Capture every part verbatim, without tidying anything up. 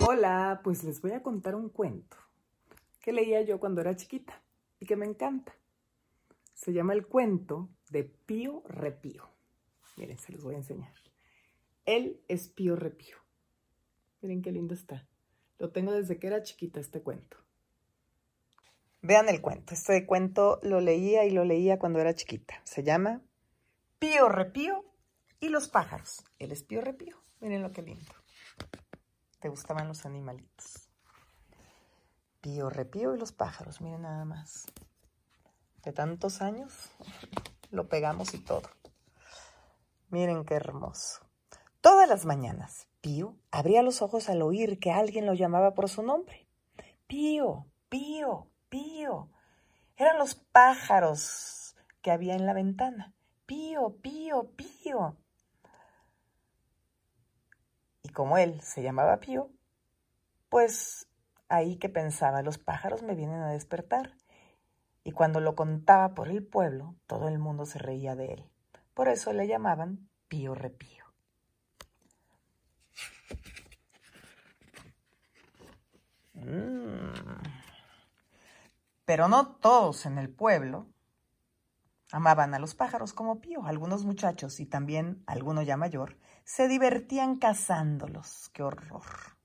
Hola, pues les voy a contar un cuento que leía yo cuando era chiquita y que me encanta. Se llama el cuento de Pío Repío. Miren, se los voy a enseñar. Él es Pío Repío. Miren qué lindo está. Lo tengo desde que era chiquita este cuento. Vean el cuento. Este cuento lo leía y lo leía cuando era chiquita. Se llama Pío Repío y los pájaros. Él es Pío Repío. Miren lo que lindo. ¿Te gustaban los animalitos? Pío Repío y los pájaros. Miren nada más. De tantos años lo pegamos y todo. Miren qué hermoso. Todas las mañanas, Pío abría los ojos al oír que alguien lo llamaba por su nombre. Pío, Pío, Pío. Eran los pájaros que había en la ventana. Pío, Pío, Pío. Y como él se llamaba Pío, pues ahí que pensaba, los pájaros me vienen a despertar. Y cuando lo contaba por el pueblo, todo el mundo se reía de él. Por eso le llamaban Pío Repío. Mm. Pero no todos en el pueblo amaban a los pájaros como Pío. Algunos muchachos y también alguno ya mayor se divertían cazándolos. ¡Qué horror!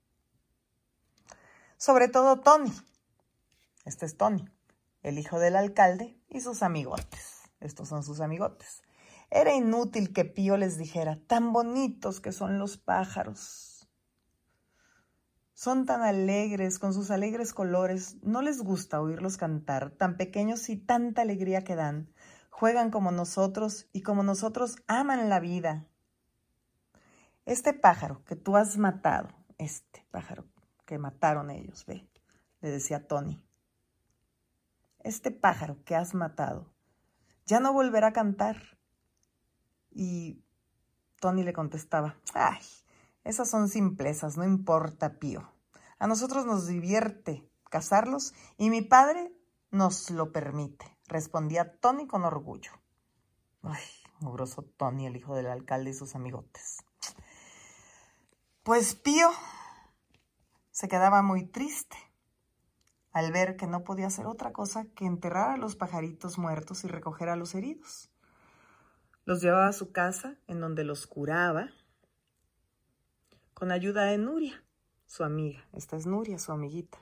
Sobre todo Tony. Este es Tony, el hijo del alcalde y sus amigotes. Estos son sus amigotes. Era inútil que Pío les dijera, tan bonitos que son los pájaros. Son tan alegres, con sus alegres colores. No les gusta oírlos cantar, tan pequeños y tanta alegría que dan. Juegan como nosotros y como nosotros aman la vida. Este pájaro que tú has matado, este pájaro que mataron ellos, ve, le decía Tony. Este pájaro que has matado ya no volverá a cantar. Y Tony le contestaba, ay, esas son simplezas, no importa, Pío. A nosotros nos divierte cazarlos y mi padre nos lo permite, respondía Tony con orgullo. Ay, mugroso Tony, el hijo del alcalde y sus amigotes. Pues Pío se quedaba muy triste al ver que no podía hacer otra cosa que enterrar a los pajaritos muertos y recoger a los heridos. Los llevaba a su casa, en donde los curaba, con ayuda de Nuria, su amiga. Esta es Nuria, su amiguita.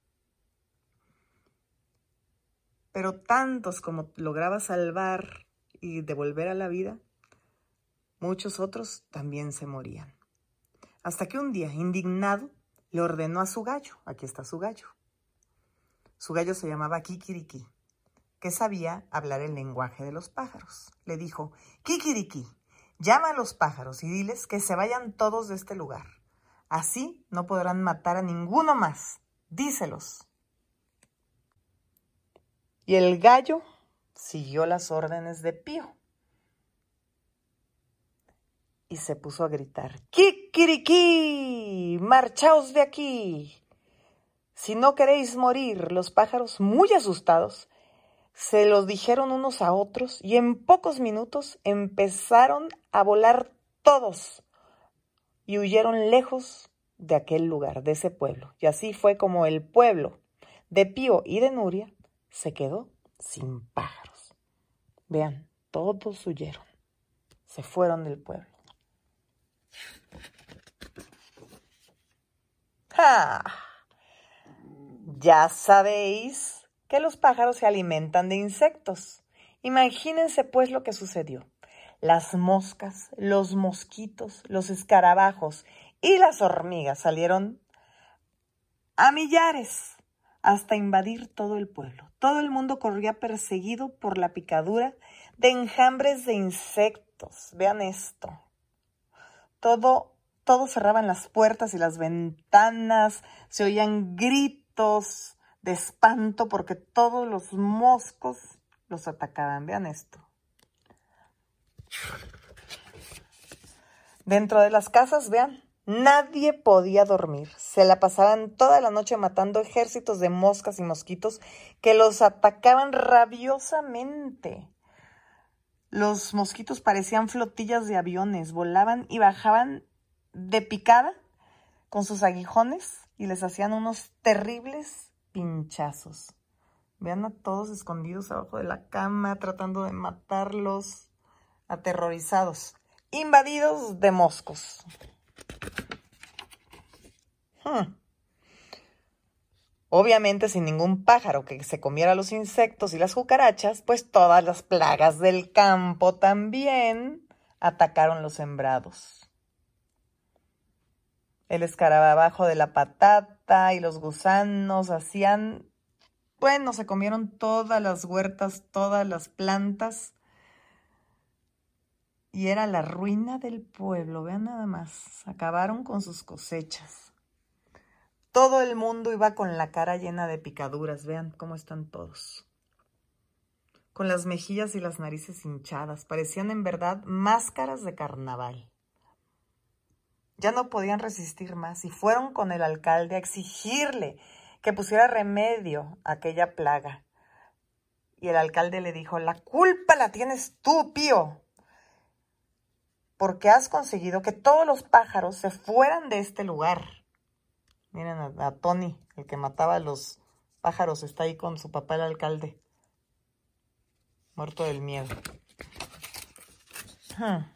Pero tantos como lograba salvar y devolver a la vida, muchos otros también se morían. Hasta que un día, indignado, le ordenó a su gallo, aquí está su gallo. Su gallo se llamaba Kikiriki, que sabía hablar el lenguaje de los pájaros. Le dijo, Kikiriki, llama a los pájaros y diles que se vayan todos de este lugar. Así no podrán matar a ninguno más. Díselos. Y el gallo siguió las órdenes de Pío. Y se puso a gritar, ¡Kikiriki! ¡Marchaos de aquí! Si no queréis morir, los pájaros, muy asustados, se los dijeron unos a otros y en pocos minutos empezaron a volar todos y huyeron lejos de aquel lugar, de ese pueblo. Y así fue como el pueblo de Pío y de Nuria se quedó sin pájaros. Vean, todos huyeron, se fueron del pueblo. ¡Ja! Ya sabéis que los pájaros se alimentan de insectos. Imagínense pues lo que sucedió. Las moscas, los mosquitos, los escarabajos y las hormigas salieron a millares hasta invadir todo el pueblo. Todo el mundo corría perseguido por la picadura de enjambres de insectos. Vean esto. Todo Todos cerraban las puertas y las ventanas, se oían gritos de espanto porque todos los moscos los atacaban. Vean esto. Dentro de las casas, vean, nadie podía dormir. Se la pasaban toda la noche matando ejércitos de moscas y mosquitos que los atacaban rabiosamente. Los mosquitos parecían flotillas de aviones, volaban y bajaban de picada con sus aguijones y les hacían unos terribles pinchazos. Vean a todos escondidos abajo de la cama, tratando de matarlos, aterrorizados, invadidos de moscos. Hmm. Obviamente sin ningún pájaro que se comiera los insectos y las cucarachas, pues todas las plagas del campo también atacaron los sembrados. El escarabajo de la patata y los gusanos hacían... Bueno, se comieron todas las huertas, todas las plantas. Y era la ruina del pueblo, vean nada más. Acabaron con sus cosechas. Todo el mundo iba con la cara llena de picaduras, vean cómo están todos. Con las mejillas y las narices hinchadas, parecían en verdad máscaras de carnaval. Ya no podían resistir más y fueron con el alcalde a exigirle que pusiera remedio a aquella plaga. Y el alcalde le dijo, la culpa la tienes tú, Pío, porque has conseguido que todos los pájaros se fueran de este lugar. Miren a, a Tony, el que mataba a los pájaros, está ahí con su papá el alcalde, muerto del miedo. Hmm.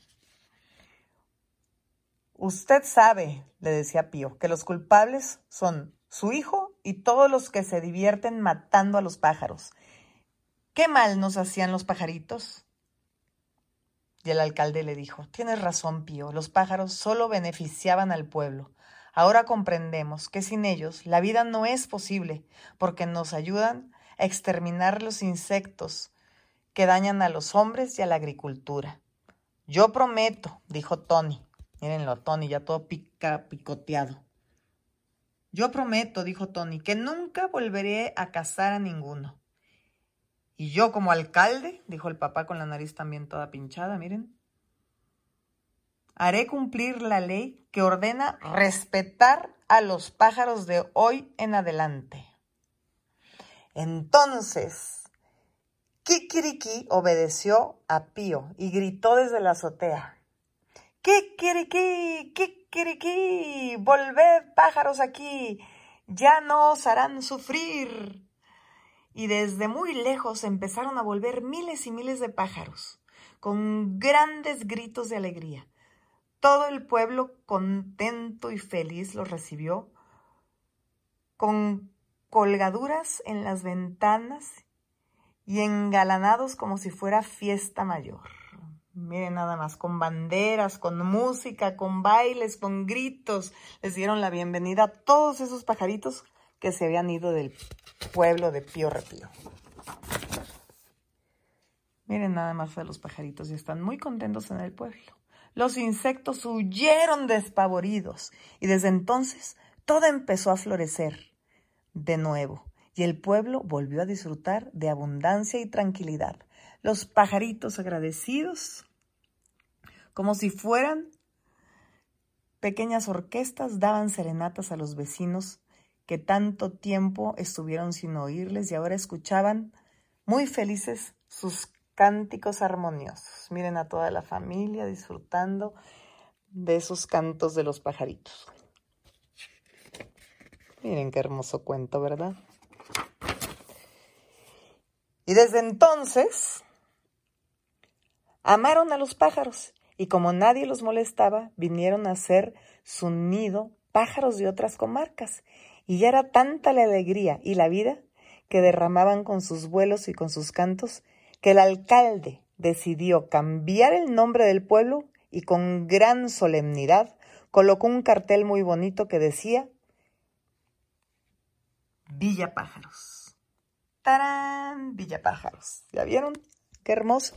Usted sabe, le decía Pío, que los culpables son su hijo y todos los que se divierten matando a los pájaros. ¿Qué mal nos hacían los pajaritos? Y el alcalde le dijo, tienes razón, Pío, los pájaros solo beneficiaban al pueblo. Ahora comprendemos que sin ellos la vida no es posible, porque nos ayudan a exterminar los insectos que dañan a los hombres y a la agricultura. Yo prometo, dijo Tony, mírenlo a Tony, ya todo pica, picoteado. Yo prometo, dijo Tony, que nunca volveré a cazar a ninguno. Y yo como alcalde, dijo el papá con la nariz también toda pinchada, miren, haré cumplir la ley que ordena respetar a los pájaros de hoy en adelante. Entonces, Kikiriki obedeció a Pío y gritó desde la azotea. ¡Kikiriki! ¡Kikiriki! ¡Volved, pájaros, aquí! ¡Ya no os harán sufrir! Y desde muy lejos empezaron a volver miles y miles de pájaros, con grandes gritos de alegría. Todo el pueblo contento y feliz los recibió, con colgaduras en las ventanas y engalanados como si fuera fiesta mayor. Miren nada más, con banderas, con música, con bailes, con gritos. Les dieron la bienvenida a todos esos pajaritos que se habían ido del pueblo de Pío Repío. Miren nada más a los pajaritos y están muy contentos en el pueblo. Los insectos huyeron despavoridos y desde entonces todo empezó a florecer de nuevo y el pueblo volvió a disfrutar de abundancia y tranquilidad. Los pajaritos agradecidos, como si fueran pequeñas orquestas, daban serenatas a los vecinos que tanto tiempo estuvieron sin oírles y ahora escuchaban muy felices sus cánticos armoniosos. Miren a toda la familia disfrutando de esos cantos de los pajaritos. Miren qué hermoso cuento, ¿verdad? Y desde entonces amaron a los pájaros y como nadie los molestaba, vinieron a hacer su nido pájaros de otras comarcas. Y ya era tanta la alegría y la vida que derramaban con sus vuelos y con sus cantos que el alcalde decidió cambiar el nombre del pueblo y con gran solemnidad colocó un cartel muy bonito que decía Villa Pájaros. ¡Tarán! Villa Pájaros. ¿Ya vieron? ¡Qué hermoso!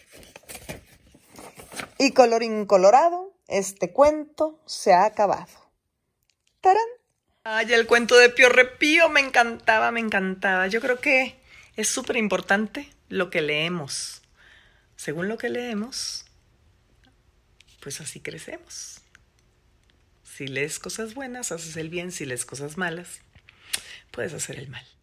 Y colorín colorado, este cuento se ha acabado. ¡Tarán! Ay, el cuento de Pío Repío me encantaba, me encantaba. Yo creo que es súper importante lo que leemos. Según lo que leemos, pues así crecemos. Si lees cosas buenas, haces el bien. Si lees cosas malas, puedes hacer el mal.